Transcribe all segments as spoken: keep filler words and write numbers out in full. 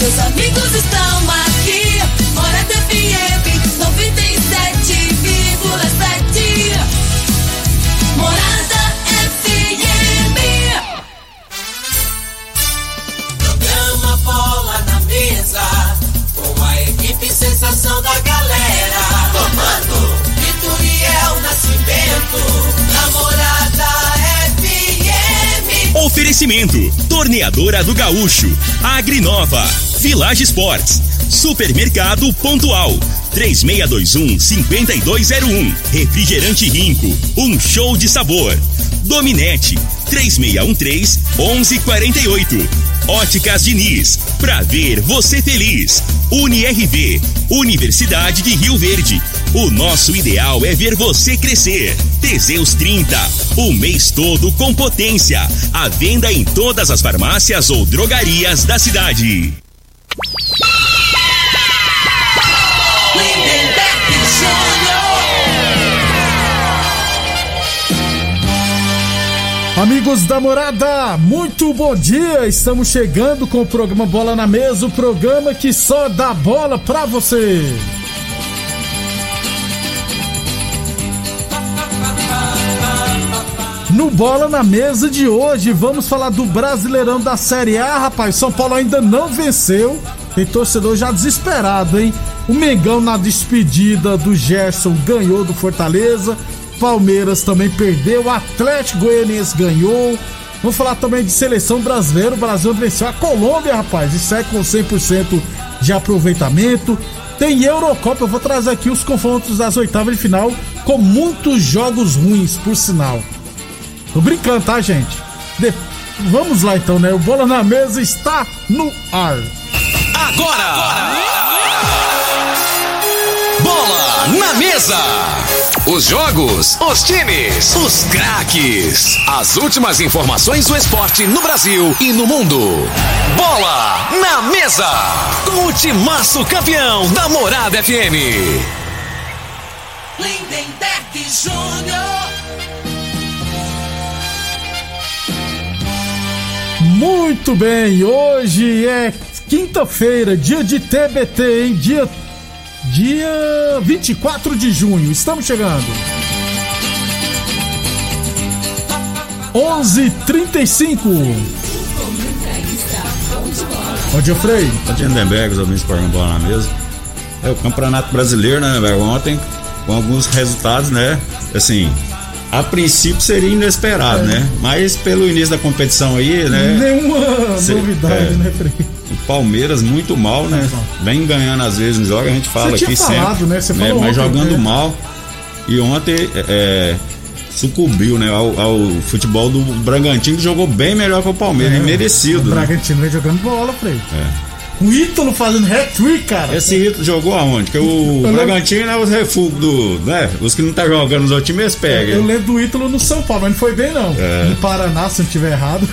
Seus amigos estão aqui. Morada F M noventa e sete vírgula sete. Morada F M. Programa Bola na Mesa, com a equipe sensação da galera. Comando Vitoriel Nascimento, na Morada F M. Oferecimento: Torneadora do Gaúcho, Agrinova, Village Sports, Supermercado Pontual, três seis dois um, cinco dois zero um, Refrigerante Rinco, um show de sabor. Dominete, três seis um três, um um quatro oito. Óticas Diniz, pra ver você feliz. Uni R V, Universidade de Rio Verde. O nosso ideal é ver você crescer. Teseus trinta, o mês todo com potência. À venda em todas as farmácias ou drogarias da cidade. Amigos da Morada, muito bom dia! Estamos chegando com o programa Bola na Mesa, o programa que só dá bola pra você. No Bola na Mesa de hoje, vamos falar do Brasileirão da Série A, rapaz. São Paulo ainda não venceu, tem torcedor já desesperado, hein? O Mengão na despedida do Gerson ganhou do Fortaleza. Palmeiras também perdeu, o Atlético Goianiense ganhou. Vamos falar também de seleção brasileira. O Brasil venceu a Colômbia, rapaz, e segue com cem por cento de aproveitamento. Tem Eurocopa, eu vou trazer aqui os confrontos das oitavas de final, com muitos jogos ruins, por sinal. Tô brincando, tá, gente? De... Vamos lá então, né? O Bola na Mesa está no ar. Agora! Agora! Bola na Mesa! Os jogos, os times, os craques. As últimas informações do esporte no Brasil e no mundo. Bola na Mesa. Com o timaço campeão da Morada F M. Lindenberg Júnior. Muito bem, hoje é quinta-feira, dia de T B T, hein? Dia Dia vinte e quatro de junho, estamos chegando. onze e trinta e cinco. Bom dia, Frei. Bom dia, Lindenberg, os ouvintes do programa Bola na Mesa. É o Campeonato Brasileiro, né, Lindenberg? Ontem, com alguns resultados, né? Assim, a princípio seria inesperado, é. né? Mas pelo início da competição aí, né? Nenhuma cê, novidade, é, né, Frei? O Palmeiras muito mal, né? Vem ganhando às vezes no jogo, a gente fala aqui falado, sempre. Né? Você né? falou Mas ontem, jogando né? mal. E ontem é, sucumbiu, né? Ao, ao futebol do Bragantino, que jogou bem melhor que o Palmeiras, é, merecido. O né? Bragantino vem jogando bola, Frei. É. O Ítalo fazendo hat-trick, cara. Esse Ítalo jogou aonde? Porque o eu Bragantino lembro... é os refugos do. Né? Os que não tá jogando nos outros times, eles pegam. Eu lembro do Ítalo no São Paulo, mas não foi bem, não. É. No Paraná, se não estiver errado.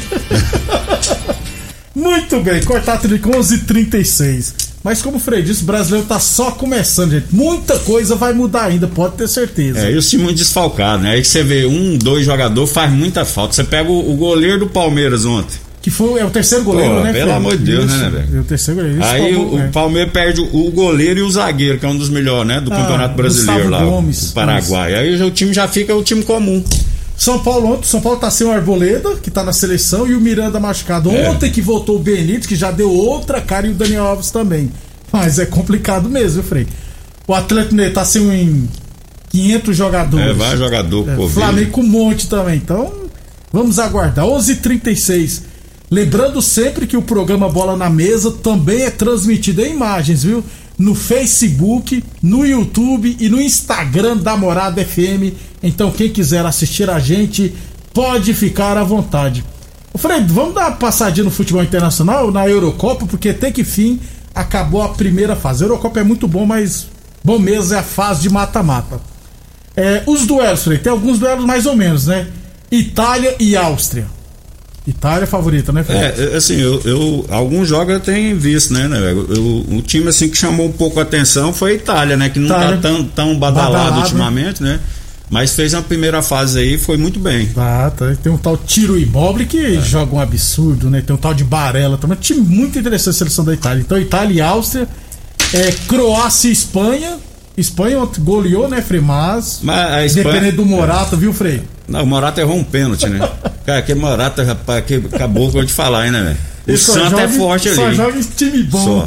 Muito bem, cortar com onze e trinta e seis. Mas como o Frei disse, o brasileiro tá só começando, gente. Muita coisa vai mudar ainda, pode ter certeza. É, e os times desfalcados, né? Aí que você vê um, dois jogadores, faz muita falta. Você pega o, o goleiro do Palmeiras ontem. Que foi é o terceiro goleiro, Pô, né? Pelo Frei? amor de Deus, isso, né, velho? É o terceiro goleiro. Aí o, é. o Palmeiras perde o, o goleiro e o zagueiro, que é um dos melhores, né? Do ah, Campeonato Brasileiro lá, Gomes, do Paraguai. Aí já, o time já fica o time comum. São Paulo ontem, São Paulo tá sem o Arboleda, que tá na seleção, e o Miranda machucado. É. Ontem que voltou o Benítez, que já deu outra cara, e o Daniel Alves também. Mas é complicado mesmo, viu, Frei? O Atlético Mineiro tá sem um quinhentos jogadores. É, vai jogador, é, pô. Flamengo com um monte também. Então, vamos aguardar. onze e trinta e seis. Lembrando sempre que o programa Bola na Mesa também é transmitido em imagens, viu? No Facebook, no YouTube e no Instagram da Morada F M. Então quem quiser assistir a gente pode ficar à vontade. Ô Fred, vamos dar uma passadinha no futebol internacional, na Eurocopa, porque até que fim acabou a primeira fase. A Eurocopa é muito bom, mas bom mesmo é a fase de mata-mata. É, os duelos, Fred, tem alguns duelos mais ou menos, né? Itália e Áustria. Itália é favorita, né, Fred? É, assim, eu, eu alguns jogos eu tenho visto, né, né eu, o time assim que chamou um pouco a atenção foi a Itália, né, que não Itália, tá tão, tão badalado, badalado ultimamente, né? né? Mas fez uma primeira fase aí, foi muito bem. Ah, tá. Tem um tal Tiro Immobile que é. joga um absurdo, né? Tem um tal de Barella também. Um time muito interessante a seleção da Itália. Então, Itália e Áustria, é, Croácia e Espanha. Espanha goleou, né, Frei? Mas, Mas a Espanha, dependendo do Morata, é. viu, Frei? Não, o Morata errou um pênalti, né? Cara, aquele Morata, rapaz, que acabou com eu te falar, hein, né, velho? O Santos é forte ali. Só joga esse time bom. Só.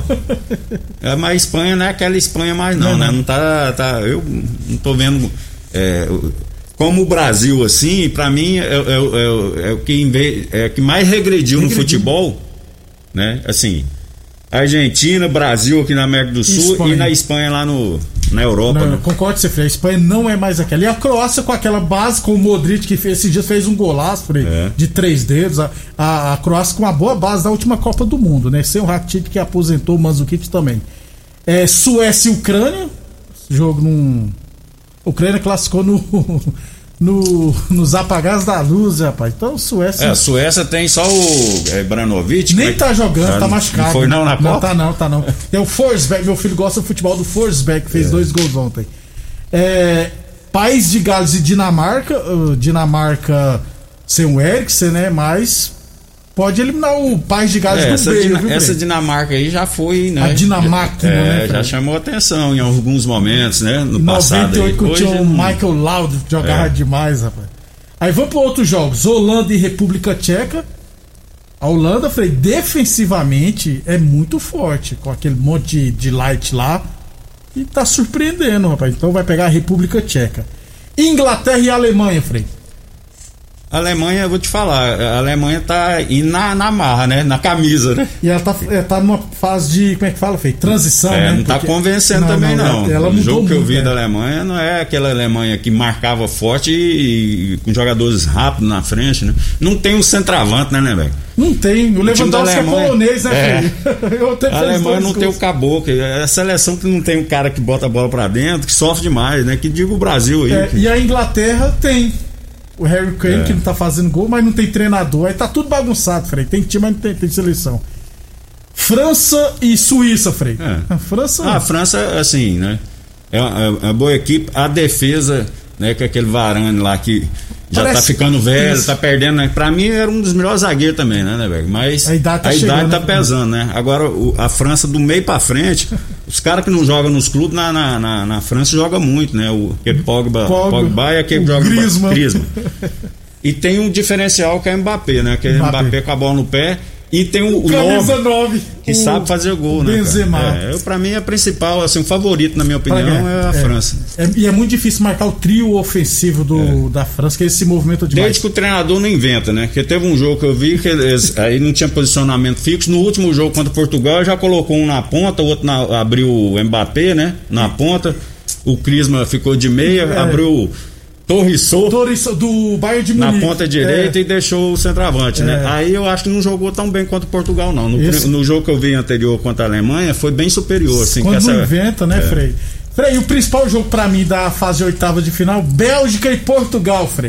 É, mas a Espanha não é aquela Espanha mais, não, não né? Não tá, tá. Eu não tô vendo. É, como o Brasil, assim, pra mim, é, é, é, é o que, é, que mais regrediu, regrediu no futebol, né? Assim, Argentina, Brasil aqui na América do Sul Espanha. E na Espanha lá no, na Europa. Não, né? Concordo com você, Frei. A Espanha não é mais aquela. E a Croácia com aquela base, com o Modric, que fez, esses dias fez um golaço, Frei, é. de três dedos. A, a, a Croácia com uma boa base da última Copa do Mundo, né? Sem o Rakitic que aposentou, o Mandzukic também. É, Suécia e Ucrânia, jogo num. Ucrânia classificou no, no, nos apagados da luz, rapaz. Então, Suécia. É, a Suécia tem só o é, Branovic. Nem tá jogando, ah, tá machucado. Não foi não na Copa? Não, tá não, tá não. Tem o Forsberg, meu filho gosta do futebol do Forsberg, que fez é. dois gols ontem. É, País de Gales e Dinamarca. Uh, Dinamarca sem o Eriksen, né? Mas pode eliminar o País de Gales é, do essa meio, Dina, viu, Essa Dinamarca aí já foi, né? A Dinamarca, é, né? Já chamou atenção em alguns momentos, né? No passado. noventa e oito que tinha o Michael Laud, jogava é. demais, rapaz. Aí vamos para outros jogos. Holanda e República Tcheca. A Holanda, Frei, defensivamente é muito forte, com aquele monte de, de light lá. E tá surpreendendo, rapaz. Então vai pegar a República Tcheca. Inglaterra e Alemanha, Frei. A Alemanha, eu vou te falar, a Alemanha tá indo na, na marra, né? Na camisa, né? E ela tá, ela tá numa fase de, como é que fala, Fê? Transição, é, né? Não tá Porque... convencendo não, também, não. não. Ela o jogo que eu vi muito, da é. Alemanha não é aquela Alemanha que marcava forte e, e com jogadores rápidos na frente, né? Não tem um centroavante, né, né, velho? Não tem. O, o Lewandowski é polonês, né, é. Eu a Alemanha não tem o caboclo. É a seleção que não tem um cara que bota a bola pra dentro, que sofre demais, né? Que diga o Brasil aí. É, que... E a Inglaterra tem o Harry Kane, é. que não tá fazendo gol, mas não tem treinador. Aí tá tudo bagunçado, Frei. Tem time, mas não tem, tem seleção. França e Suíça, Frei. É. A França. Ah, a França, assim, né? É uma, é uma boa equipe. A defesa, né? Com aquele Varane lá que já Parece... tá ficando velho, Isso. tá perdendo, né? Pra mim era um dos melhores zagueiros também, né, né, velho? Mas a idade tá, a chegando, idade tá né? pesando, né? Agora o, a França do meio pra frente, os caras que não jogam nos clubes na, na, na, na França jogam muito, né? O aquele Pogba, Pogba, Pogba e aquele que joga Griezmann. Griezmann. E tem um diferencial que é o Mbappé, né? Que é o Mbappé com a bola no pé. E tem o, o nove, nove que o sabe fazer gol, né? Benzema. É, eu, pra mim, é principal, assim, o favorito, na minha opinião, é, é a é, França. É, e é muito difícil marcar o trio ofensivo do, é. da França, que eles se movimentam demais. Desde que o treinador não inventa, né? Porque teve um jogo que eu vi que eles, aí não tinha posicionamento fixo. No último jogo contra Portugal, já colocou um na ponta, o outro na, abriu o Mbappé, né? Na ponta. O Griezmann ficou de meia, é. abriu Torriçou do Bayern de Munique na ponta direita é. e deixou o centroavante, é. né? Aí eu acho que não jogou tão bem quanto Portugal, não. No, no jogo que eu vi anterior contra a Alemanha, foi bem superior. Assim, Quando que essa... inventa, né, é. Frei? Frei, o principal jogo pra mim da fase oitava de final, Bélgica e Portugal, Frei.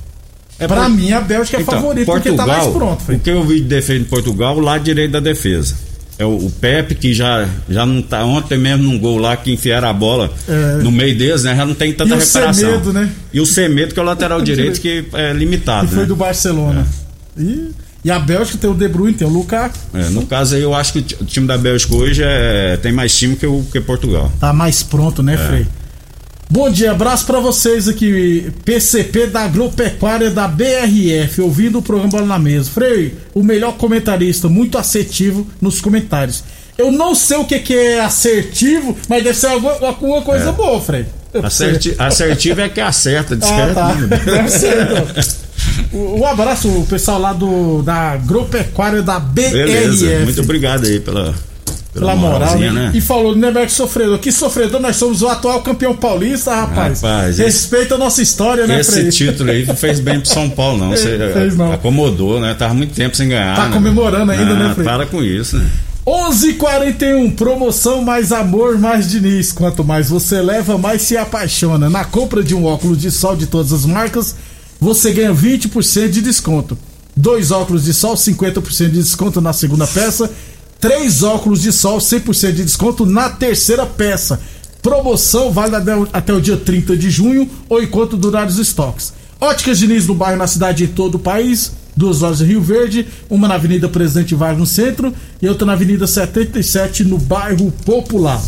É. É pra por... mim a Bélgica é então, favorita, Portugal, porque tá mais pronto, Frei. O que eu vi de defesa de Portugal, o lado direito da defesa. É o, o Pepe, que já, já não tá. Ontem mesmo num gol lá que enfiaram a bola é. no meio deles, né? Já não tem tanta e recuperação. O Semedo, né? E o Semedo, que é o lateral direito, que é limitado. Que foi né? do Barcelona. É. E, e a Bélgica tem o De Bruyne, tem o Lukaku. É, no caso aí, eu acho que o time da Bélgica hoje é, tem mais time que, o, que Portugal. Tá mais pronto, né, é. Frei? Bom dia, abraço pra vocês aqui, P C P da Agropecuária da B R F, ouvindo o programa Bola na Mesa. Frei, o melhor comentarista, muito assertivo nos comentários. Eu não sei o que, que é assertivo, mas deve ser alguma, alguma coisa é. boa, Frei. Asserti, assertivo é que acerta, de certo. Ah, tá. Deve ser, então. Um abraço, o pessoal lá do, da Agropecuária da B R F. Beleza, muito obrigado aí pela... Pela moral, né? né? E falou, né, que sofredor. Que sofredor, nós somos o atual campeão paulista, rapaz. rapaz Respeita esse, a nossa história, né, Esse título aí não fez bem pro São Paulo, não. Você fez, não. Acomodou, né? Tava muito tempo sem ganhar. Tá né? comemorando ainda, ah, né, Frei? Para com isso, né? onze e quarenta e um, promoção mais amor, mais Diniz. Quanto mais você leva, mais se apaixona. Na compra de um óculos de sol de todas as marcas, você ganha vinte por cento de desconto. Dois óculos de sol, cinquenta por cento de desconto na segunda peça. Três óculos de sol, cem por cento de desconto na terceira peça. Promoção válida até o dia trinta de junho ou enquanto durar os estoques. Óticas Diniz no bairro, na cidade e em todo o país. Duas lojas em Rio Verde, uma na Avenida Presidente Vargas no centro e outra na Avenida setenta e sete no bairro Popular.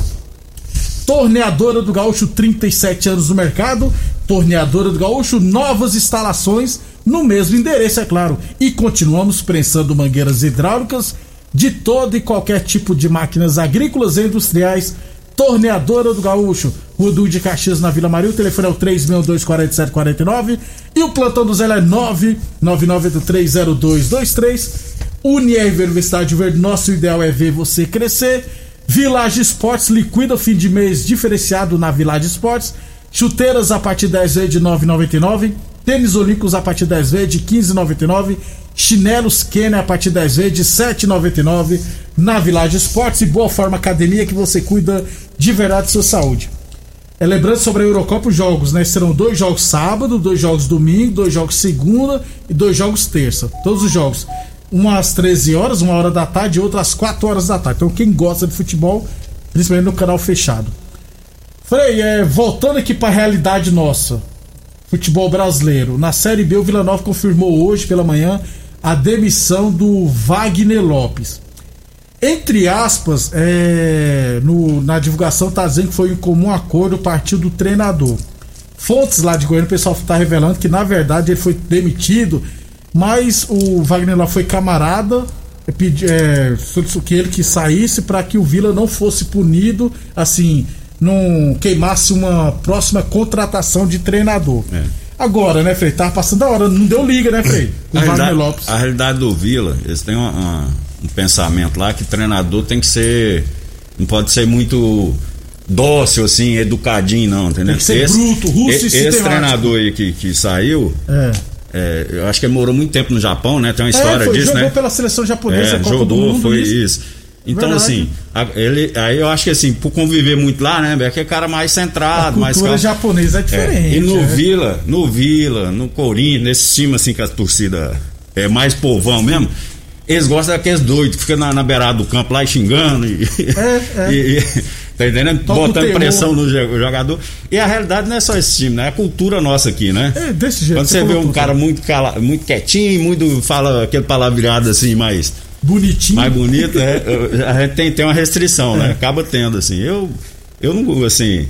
Torneadora do Gaúcho, trinta e sete anos no mercado. Torneadora do Gaúcho, novas instalações no mesmo endereço, é claro. E continuamos prensando mangueiras hidráulicas de todo e qualquer tipo de máquinas agrícolas e industriais. Torneadora do Gaúcho, Rua Duque de Caxias, na Vila Maria. O telefone é o três seis dois, quatro sete quatro nove e o plantão do Zé é nove nove nove oito três zero dois dois três. Unirv Universidade Verde, nosso ideal é ver você crescer. Village Esportes, liquida fim de mês diferenciado na Village Esportes. Chuteiras a partir de dez vezes de nove reais e noventa e nove centavos. Tênis Olímpicos a partir de dez vezes de quinze reais e noventa e nove centavos. Chinelos Kenner a partir de dez vezes de sete reais e noventa e nove centavos na Village Esportes. E Boa Forma Academia, que você cuida de verdade de sua saúde. É, lembrando sobre a Eurocopa, os jogos, né? Serão dois jogos sábado, dois jogos domingo, dois jogos segunda e dois jogos terça. Todos os jogos. Uma às treze horas, uma hora da tarde e outra às quatro horas da tarde. Então quem gosta de futebol, principalmente no canal fechado. Frei, é, voltando aqui para a realidade nossa, futebol brasileiro. Na Série B, o Vila Nova confirmou hoje pela manhã a demissão do Wagner Lopes. Entre aspas, é, no, na divulgação tá dizendo que foi em comum acordo o partido do treinador. Fontes lá de Goiânia, o pessoal tá revelando que na verdade ele foi demitido, mas o Wagner Lopes foi camarada, pedi, é, que ele que saísse para que o Vila não fosse punido, assim, não queimasse uma próxima contratação de treinador. É. Agora, né, Frei? Tava passando a hora, não deu liga, né, Frei? O Wagner Lopes. A realidade do Vila, eles têm uma, uma, um pensamento lá que treinador tem que ser. Não pode ser muito dócil, assim, educadinho, não, entendeu? Tem que ser esse, bruto, russo esse, e sistemático. Esse treinador aí que, que saiu. É. É, eu acho que ele morou muito tempo no Japão, né? Tem uma história é, foi, disso, jogou né? Jogou pela seleção japonesa, é, Copa jogou, do Mundo, foi isso. isso. Então, verdade. Assim, a, ele, aí eu acho que assim, por conviver muito lá, né, é que é cara mais centrado, mais calmo. A cultura japonesa é diferente. É, e no é. Vila, no Vila, no Corinthians, nesse time assim que a torcida é mais povão mesmo, eles gostam daqueles doidos que ficam na, na beirada do campo lá e xingando e, é, é. e, e tá entendendo? Toca botando pressão no jogador. E a realidade não é só esse time, né? É a cultura nossa aqui, né? É desse jeito. Quando você vê um cara muito, cala, muito quietinho, muito fala aquele palavreado assim, mais bonitinho. Mais bonito, é, a gente tem, tem uma restrição, é. Né? Acaba tendo, assim. Eu, eu não, assim.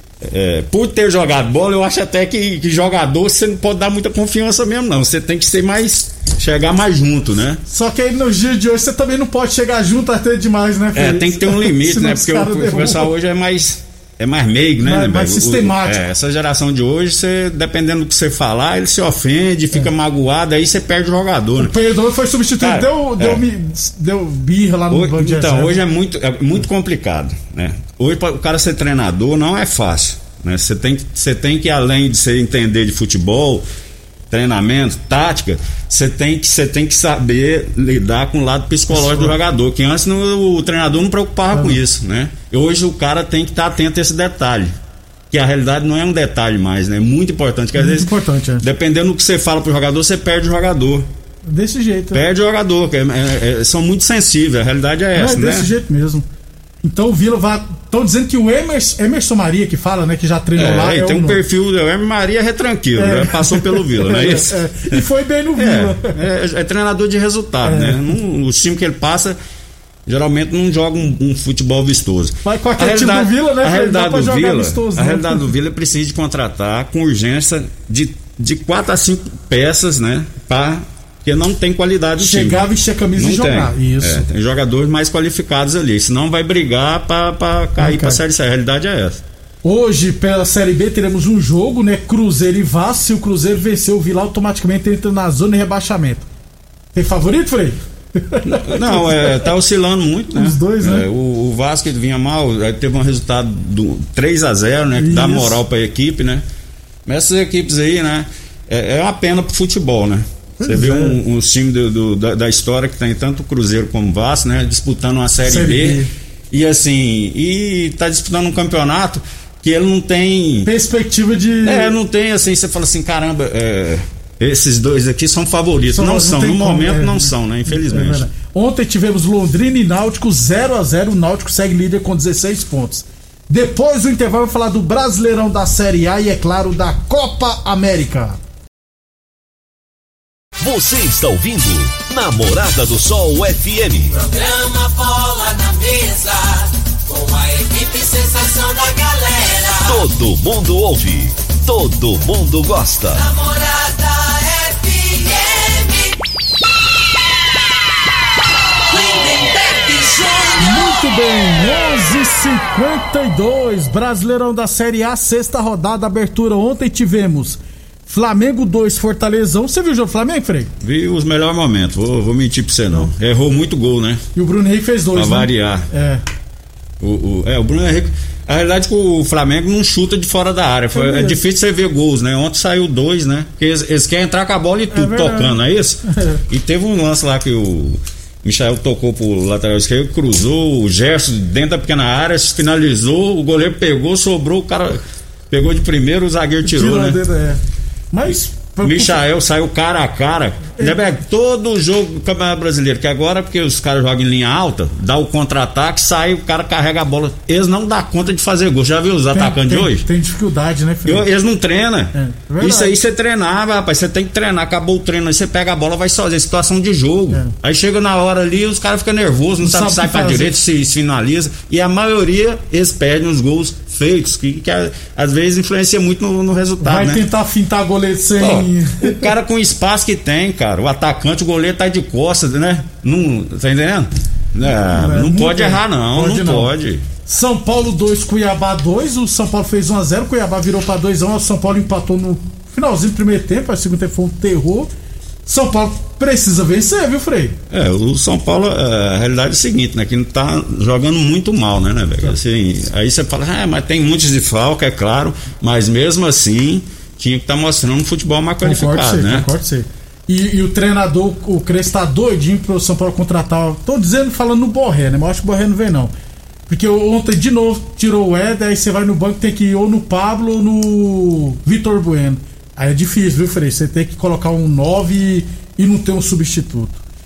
É, por ter jogado bola, eu acho até que, que jogador você não pode dar muita confiança mesmo, não. Você tem que ser mais. Chegar mais junto, né? Só que aí nos dias de hoje você também não pode chegar junto até demais, né, Felipe? É, tem que ter um limite, né? Porque o, o pessoal hoje é mais. É mais meigo, né? É mais o, sistemático. O, é, essa geração de hoje, você, dependendo do que você falar, ele se ofende, fica é. magoado, aí você perde o jogador. O né? Perdão foi substituído, cara, deu, deu, é. deu birra lá no hoje, banco de Então, reserva. hoje é muito, é muito complicado, né? Hoje, o cara ser treinador não é fácil, né? Você tem, você tem que, além de você entender de futebol, treinamento, tática, você tem que, você tem que saber lidar com o lado psicológico do jogador, que antes no, o treinador não preocupava não. com isso, né? E hoje o cara tem que estar atento a esse detalhe, que a realidade não é um detalhe mais, né? É muito importante, que às muito vezes, importante, é. dependendo do que você fala pro jogador, você perde o jogador. Desse jeito. Perde é. o jogador, que é, é, é, são muito sensíveis, a realidade é essa, é, né? Desse jeito mesmo. Então o Vila vai. Estão dizendo que o Emerson, Emerson Maria, que fala, né, que já treinou é, lá. É, tem um no... perfil do Emerson Maria retranquilo, é. já passou pelo Vila, não é isso? É, é. E foi bem no Vila. É, é, é treinador de resultado, né? Não, o time que ele passa, geralmente não joga um, um futebol vistoso. Vai com aquele time do Vila, né? A realidade do Vila, vistoso, a né? realidade do Vila precisa de contratar com urgência de, de quatro a cinco peças, né? Para porque não tem qualidade. Chegar, vestir a camisa não e jogar. Tem. Isso. É, tem jogadores mais qualificados ali, senão vai brigar para cair para a Série C. A realidade é essa. Hoje, pela Série B, teremos um jogo, né? Cruzeiro e Vasco. Se o Cruzeiro vencer o Vila, automaticamente entra na zona de rebaixamento. Tem favorito, Frei? Não, é, tá oscilando muito, né? Os dois, né? É, o, o Vasco vinha mal, aí teve um resultado do três a zero, né? Que Isso. dá moral pra equipe, né? Mas essas equipes aí, né? É, é uma pena pro futebol, né? Você vê um, um time do, do, da, da história que tem tanto o Cruzeiro como o Vasco, né? Disputando uma Série, série B, B. E assim, e tá disputando um campeonato que ele não tem perspectiva de... É, não tem assim, você fala assim, caramba, é, esses dois aqui são favoritos. Só, não, não são, no como, momento é, não são, né? Infelizmente. É Ontem tivemos Londrina e Náutico zero a zero, o Náutico segue líder com dezesseis pontos. Depois do intervalo, vamos falar do Brasileirão da Série A e, é claro, da Copa América. Você está ouvindo Namorada do Sol F M. Programa Bola na Mesa, com a equipe sensação da galera. Todo mundo ouve, todo mundo gosta. Namorada F M. Lindenberg Júnior. Muito bem, onze e cinquenta e dois, Brasileirão da Série A, sexta rodada, abertura. Ontem tivemos Flamengo dois, Fortalezão. Você viu o jogo do Flamengo, Frei? Vi os melhores momentos, vou, vou mentir pra você não. Errou muito gol, né? E o Bruno Henrique fez dois, pra né? variar. É. O, o, é, o Bruno Henrique. A realidade é que o Flamengo não chuta de fora da área. Foi, é, é difícil você ver gols, né? Ontem saiu dois, né? Porque eles, eles querem entrar com a bola e tudo, é tocando, é isso? É. E teve um lance lá que o Michael tocou pro lateral esquerdo, cruzou, o Gerson dentro da pequena área, finalizou, o goleiro pegou, sobrou, o cara pegou de primeiro, o zagueiro tirou, tirou né? Dentro, é. Mas Michael saiu cara a cara. É. Todo jogo do Campeonato Brasileiro, que agora, porque os caras jogam em linha alta, dá o contra-ataque, sai, o cara carrega a bola. Eles não dão conta de fazer gol. Já viu os tem, atacantes tem, de hoje? Tem dificuldade, né, filho? Eles não treinam. É, é Isso aí você treinava, rapaz. Você tem que treinar. Acabou o treino, aí você pega a bola, vai sozinho. Situação de jogo. É. Aí chega na hora ali, os caras ficam nervosos, não, não sabem se sai pra direita, se, se finaliza. E a maioria, eles perdem os gols feitos, que, que às vezes influencia muito no, no resultado. Vai né? tentar fintar goleiro sem. Pô, o cara com o espaço que tem, cara, o atacante, o goleiro tá de costas, né? Não, tá entendendo? É, não, não pode errar, não, pode não, não pode. São Paulo dois, Cuiabá dois, o São Paulo fez um a zero, o Cuiabá virou pra dois a um, o São Paulo empatou no finalzinho do primeiro tempo, o segundo tempo foi um terror. São Paulo precisa vencer, viu, Frei? É, o São Paulo, a realidade é a seguinte, né? Que não tá jogando muito mal, né, né, velho? Assim, aí você fala, ah, mas tem muitos de falca, é claro, mas mesmo assim, tinha que estar tá mostrando um futebol mais qualificado, concordo ser, né? Concordo ser. E, e o treinador, o Crespo tá doidinho pro São Paulo contratar. Tô dizendo, falando no Borré, né? Mas eu acho que o Borré não vem, não. Porque ontem, de novo, tirou o Éder, aí você vai no banco, tem que ir ou no Pablo ou no Vitor Bueno. Aí é difícil, viu, Frei? Você tem que colocar um nove e, e não ter um substituto.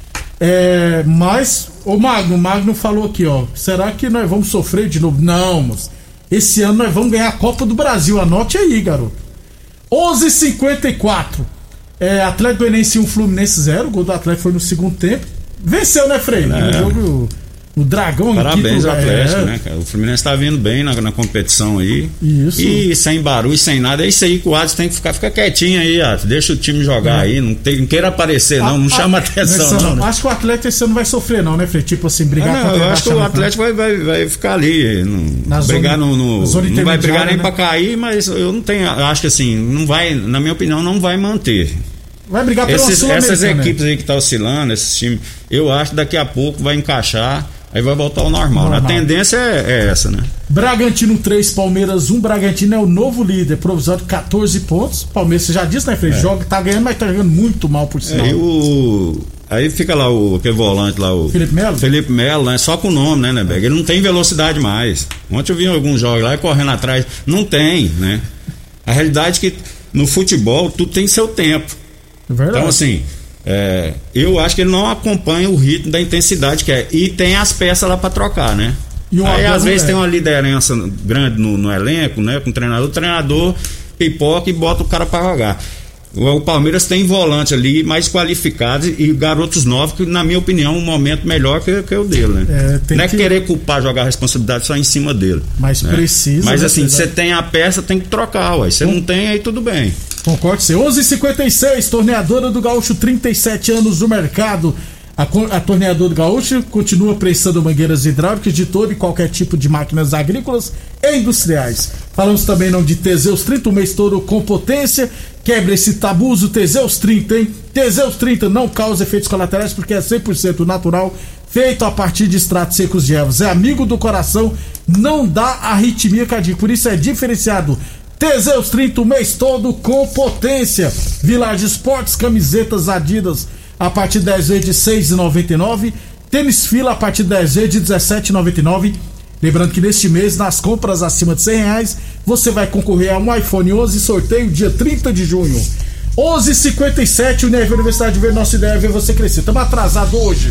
É, mas, o Magno, o Magno falou aqui, ó. Será que nós vamos sofrer de novo? Não, moço. Esse ano nós vamos ganhar a Copa do Brasil. Anote aí, garoto. onze e cinquenta e quatro. É, Atlético Goianiense um, Fluminense zero. O gol do Atlético foi no segundo tempo. Venceu, né, Frei? É. No jogo, o Dragão. Parabéns ao Atlético, é. né, cara? O Fluminense tá vindo bem na, na competição aí. Isso. E sem barulho, sem nada. É isso aí que o Adson tem que ficar, fica quietinho aí, Adson. Deixa o time jogar é. aí. Não, tem, não queira aparecer, não. A, não chama a, atenção, não. não né? Acho que o Atlético esse ano não vai sofrer, não, né, Frei? Tipo assim, brigar ah, não, eu acho que o Atlético vai, vai, vai ficar ali. Não, brigar zona, no. no não vai brigar nem né? pra cair, mas eu não tenho. Acho que assim, não vai, na minha opinião, não vai manter. Vai brigar pela Esses, Essas equipes né? aí que tá oscilando, esses times, eu acho que daqui a pouco vai encaixar, aí vai voltar ao normal. normal. A tendência é, é essa, né? Bragantino três, Palmeiras um. Bragantino é o novo líder, provisório catorze pontos. Palmeiras, você já disse, né, Frei? É. Joga, tá ganhando, mas tá jogando muito mal por sinal. É, o... Aí fica lá o aquele volante lá, o Felipe Melo? Felipe Melo, né? Só com o nome, né, né, Berg? Ele não tem velocidade mais. Ontem eu vi alguns jogos lá correndo atrás. Não tem, né? A realidade é que no futebol tudo tem seu tempo. Verdade. Então, assim, é, eu acho que ele não acompanha o ritmo da intensidade que é. E tem as peças lá pra trocar, né? E aí, às vezes, é. tem uma liderança grande no, no elenco, né? Com o treinador, o treinador pipoca e bota o cara pra jogar. O, o Palmeiras tem volante ali mais qualificados e garotos novos, que, na minha opinião, um momento melhor que, que o dele, né? É, não é que... querer culpar, jogar a responsabilidade só em cima dele. Mas né? precisa. Mas assim, você tem a peça, tem que trocar, ué. Você não tem, aí tudo bem. Concordo, você. onze e cinquenta e seis, torneadora do Gaúcho, trinta e sete anos no mercado. A, a torneadora do Gaúcho continua prestando mangueiras hidráulicas de todo e qualquer tipo de máquinas agrícolas e industriais. Falamos também não de Teseus trinta, o mês todo com potência. Quebra esse tabu, usa o Teseus trinta, hein? Teseus trinta não causa efeitos colaterais porque é cem por cento natural, feito a partir de extratos secos de ervas. É amigo do coração, não dá arritmia cardíaca, por isso é diferenciado. Teseus trinta o mês todo com potência. Village Esportes, camisetas Adidas a partir de dez vezes de seis reais e noventa e nove centavos. Tênis Fila a partir de dez vezes de dezessete reais e noventa e nove centavos. Lembrando que neste mês, nas compras acima de cem reais, você vai concorrer a um iPhone onze, sorteio dia trinta de junho. onze e cinquenta e sete, Univ Universidade de Verde, nossa ideia é ver você crescer. Estamos atrasados hoje.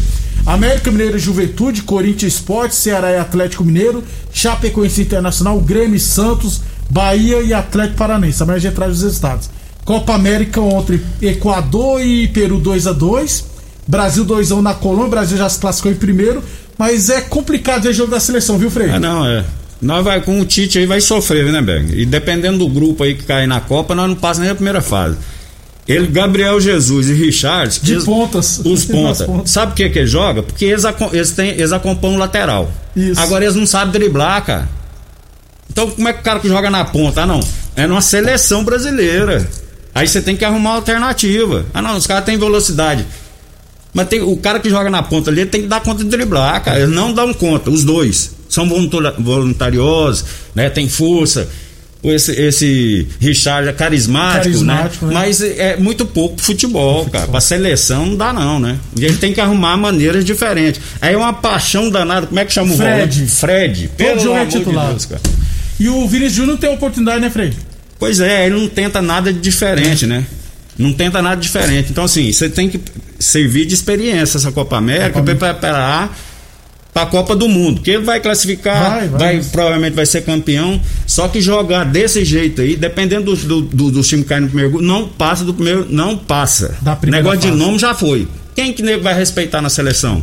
América Mineiro e Juventude, Corinthians Esporte, Ceará e Atlético Mineiro, Chapecoense Internacional, Grêmio e Santos, Bahia e Atlético Paranaense. Amanhã a gente traz os resultados. Copa América ontem, Equador e Peru dois a dois, Brasil dois a um na Colômbia, o Brasil já se classificou em primeiro, mas é complicado ver jogo da seleção, viu, Frei? Ah, não, é. Nós vai com o Tite aí, vai sofrer, né, Berg? E dependendo do grupo aí que cair na Copa, nós não passamos nem a primeira fase. Ele, Gabriel Jesus e Richard, de eles, pontas. Os pontas. Sabe o que que ele joga? Porque eles, eles, têm, eles acompanham o lateral. Isso. Agora eles não sabem driblar, cara. Então como é que o cara que joga na ponta? Ah, não. É numa seleção brasileira. Aí você tem que arrumar uma alternativa. Ah, não, os caras têm velocidade. Mas tem, o cara que joga na ponta ali, ele tem que dar conta de driblar, cara. Eles não dão conta, os dois. São voluntariosos, né? Tem força. Esse, esse Richard é carismático, carismático, né? né? Mas é muito pouco futebol, futebol, cara. Pra seleção não dá não, né? E ele tem que arrumar maneiras diferentes. Aí é uma paixão danada. Como é que chama o Fred. Fred. Todo jogo é titular. De Deus, cara. E o Vinícius Júnior não tem oportunidade, né, Fred? Pois é, ele não tenta nada de diferente, né? Não tenta nada diferente. Então, assim, você tem que servir de experiência essa Copa América para preparar para a Copa do Mundo, que ele vai classificar, vai, vai, vai, vai. provavelmente vai ser campeão. Só que jogar desse jeito aí, dependendo do, do, do, do time que cai no primeiro gol, não passa do primeiro, não passa. Negócio fase. De nome já foi. Quem que vai respeitar na seleção?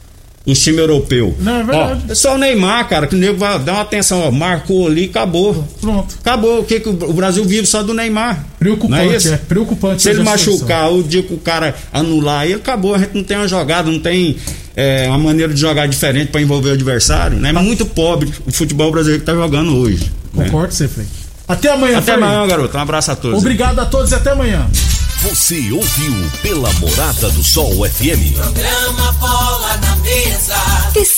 O time europeu. Não, é verdade. Ó, é só o Neymar, cara, que o nego vai dar uma atenção, ó, marcou ali, acabou. Pronto. Acabou. O que, que o Brasil vive só do Neymar? Preocupante, não é isso? É preocupante. Se ele machucar, o dia que o cara anular, aí acabou. A gente não tem uma jogada, não tem é, uma maneira de jogar diferente para envolver o adversário, né? É muito pobre o futebol brasileiro que tá jogando hoje. Concordo, você, Frei. Até amanhã, Até Frei. amanhã, garoto. Um abraço a todos. Obrigado a todos e até amanhã. Você ouviu pela Morada do Sol F M. Programa Bola na Mesa.